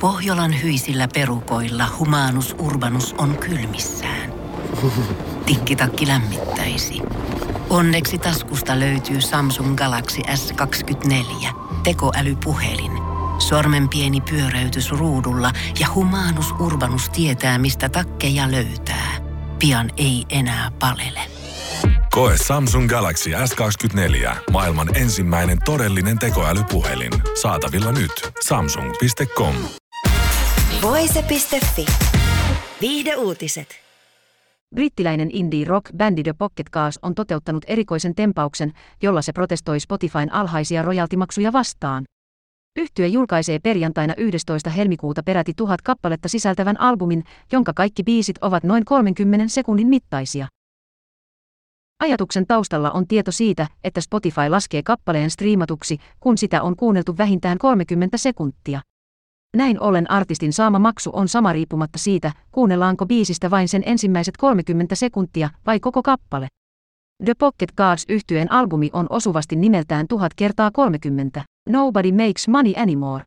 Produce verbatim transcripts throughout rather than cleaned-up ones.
Pohjolan hyisillä perukoilla Humanus Urbanus on kylmissään. Tikkitakki lämmittäisi. Onneksi taskusta löytyy Samsung Galaxy S kaksikymmentäneljä, tekoälypuhelin. Sormen pieni pyöräytys ruudulla ja Humanus Urbanus tietää, mistä takkeja löytää. Pian ei enää palele. Koe Samsung Galaxy S kaksikymmentäneljä, maailman ensimmäinen todellinen tekoälypuhelin. Saatavilla nyt. samsung piste com. Voise piste fi. Viihdeuutiset. Brittiläinen indie-rock-bändi The Pocket Cars on toteuttanut erikoisen tempauksen, jolla se protestoi Spotifyn alhaisia rojaltimaksuja vastaan. Yhtye julkaisee perjantaina yhdestoista helmikuuta peräti tuhat kappaletta sisältävän albumin, jonka kaikki biisit ovat noin kolmenkymmenen sekunnin mittaisia. Ajatuksen taustalla on tieto siitä, että Spotify laskee kappaleen striimatuksi, kun sitä on kuunneltu vähintään kolmekymmentä sekuntia. Näin ollen artistin saama maksu on sama riippumatta siitä, kuunnellaanko biisistä vain sen ensimmäiset kolmekymmentä sekuntia vai koko kappale. The Pocket Cars -yhtyeen albumi on osuvasti nimeltään tuhat kertaa kolmekymmentä. Nobody Makes Money Anymore.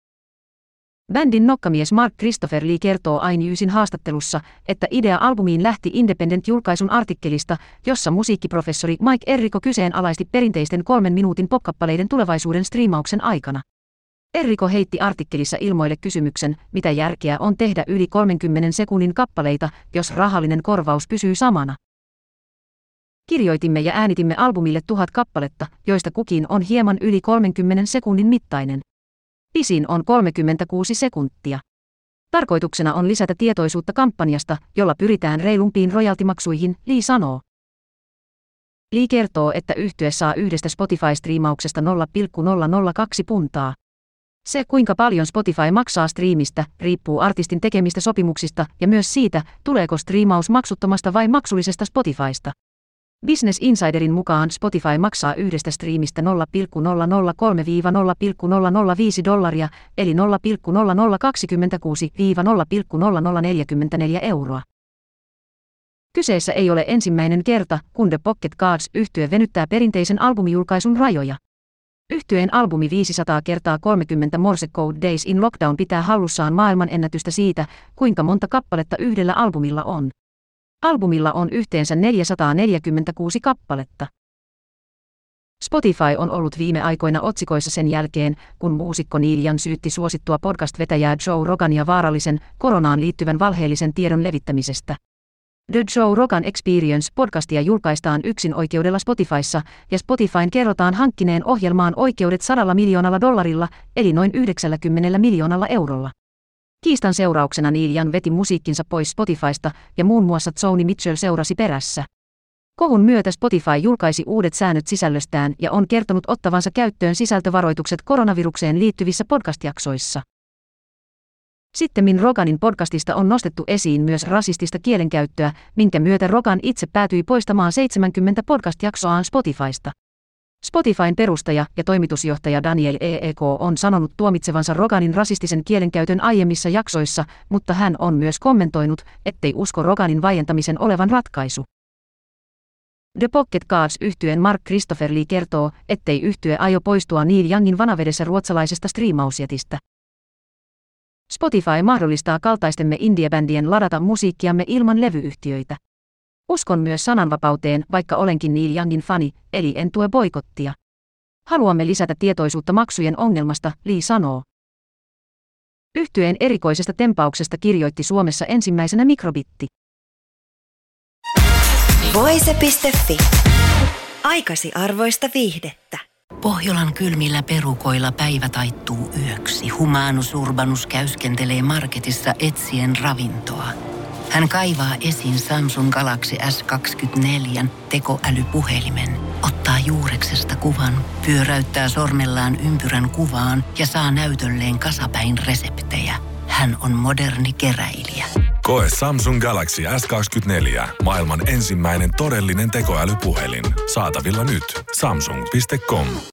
Bändin nokkamies Mark Christopher Lee kertoo iNewsin haastattelussa, että idea albumiin lähti Independent-julkaisun artikkelista, jossa musiikkiprofessori Mike Errico kyseenalaisti perinteisten kolmen minuutin popkappaleiden tulevaisuuden striimauksen aikana. Errico heitti artikkelissa ilmoille kysymyksen, mitä järkeä on tehdä yli kolmenkymmenen sekunnin kappaleita, jos rahallinen korvaus pysyy samana. Kirjoitimme ja äänitimme albumille tuhat kappaletta, joista kukin on hieman yli kolmenkymmenen sekunnin mittainen. Pisin on kolmekymmentäkuusi sekuntia. Tarkoituksena on lisätä tietoisuutta kampanjasta, jolla pyritään reilumpiin rojaltimaksuihin, Lee sanoo. Lee kertoo, että yhtye saa yhdestä Spotify-striimauksesta nolla pilkku nolla nolla kaksi puntaa. Se, kuinka paljon Spotify maksaa striimistä, riippuu artistin tekemistä sopimuksista ja myös siitä, tuleeko striimaus maksuttomasta vai maksullisesta Spotifysta. Business Insiderin mukaan Spotify maksaa yhdestä striimistä nolla pilkku nolla nolla kolme - nolla pilkku nolla nolla viisi dollaria, eli nolla pilkku nolla nolla kaksikymmentäkuusi - nolla pilkku nolla nolla neljäkymmentäneljä euroa. Kyseessä ei ole ensimmäinen kerta, kun The Pocket Cars -yhtye venyttää perinteisen albumijulkaisun rajoja. Yhtyeen albumi viisisataa kertaa kolmekymmentä Morse Code Days in Lockdown pitää hallussaan maailmanennätystä siitä, kuinka monta kappaletta yhdellä albumilla on. Albumilla on yhteensä neljäsataaneljäkymmentäkuusi kappaletta. Spotify on ollut viime aikoina otsikoissa sen jälkeen, kun muusikko Neil Young syytti suosittua podcast-vetäjää Joe Rogania vaarallisen, koronaan liittyvän valheellisen tiedon levittämisestä. The Joe Rogan Experience-podcastia julkaistaan yksin oikeudella Spotifyssa, ja Spotifyn kerrotaan hankkineen ohjelmaan oikeudet sadalla miljoonalla dollarilla, eli noin yhdeksänkymmentä miljoonalla eurolla. Kiistan seurauksena Neil Young veti musiikkinsa pois Spotifysta, ja muun muassa Joni Mitchell seurasi perässä. Kohun myötä Spotify julkaisi uudet säännöt sisällöstään ja on kertonut ottavansa käyttöön sisältövaroitukset koronavirukseen liittyvissä podcast-jaksoissa. Sittemmin Roganin podcastista on nostettu esiin myös rasistista kielenkäyttöä, minkä myötä Rogan itse päätyi poistamaan seitsemänkymmentä podcast-jaksoaan Spotifysta. Spotifyn perustaja ja toimitusjohtaja Daniel Ek on sanonut tuomitsevansa Roganin rasistisen kielenkäytön aiemmissa jaksoissa, mutta hän on myös kommentoinut, ettei usko Roganin vaientamisen olevan ratkaisu. The Pocket Cars -yhtyeen Mark Christopher Lee kertoo, ettei yhtye aio poistua Neil Youngin vanavedessä ruotsalaisesta striimausjätistä. Spotify mahdollistaa kaltaistemme indiebändien ladata musiikkiamme ilman levyyhtiöitä. Uskon myös sananvapauteen, vaikka olenkin Neil Youngin fani, eli en tue boikottia. Haluamme lisätä tietoisuutta maksujen ongelmasta, Lee sanoo. Yhtyeen erikoisesta tempauksesta kirjoitti Suomessa ensimmäisenä Mikrobitti. Voise piste fi. Aikasi arvoista viihdettä. Pohjolan kylmillä perukoilla päivä taittuu yöksi. Humanus Urbanus käyskentelee marketissa etsien ravintoa. Hän kaivaa esiin Samsung Galaxy S kaksikymmentäneljä tekoälypuhelimen, ottaa juureksesta kuvan, pyöräyttää sormellaan ympyrän kuvaan ja saa näytölleen kasapäin reseptejä. Hän on moderni keräilijä. Koe Samsung Galaxy S kaksikymmentäneljä, maailman ensimmäinen todellinen tekoälypuhelin. Saatavilla nyt. samsung piste com.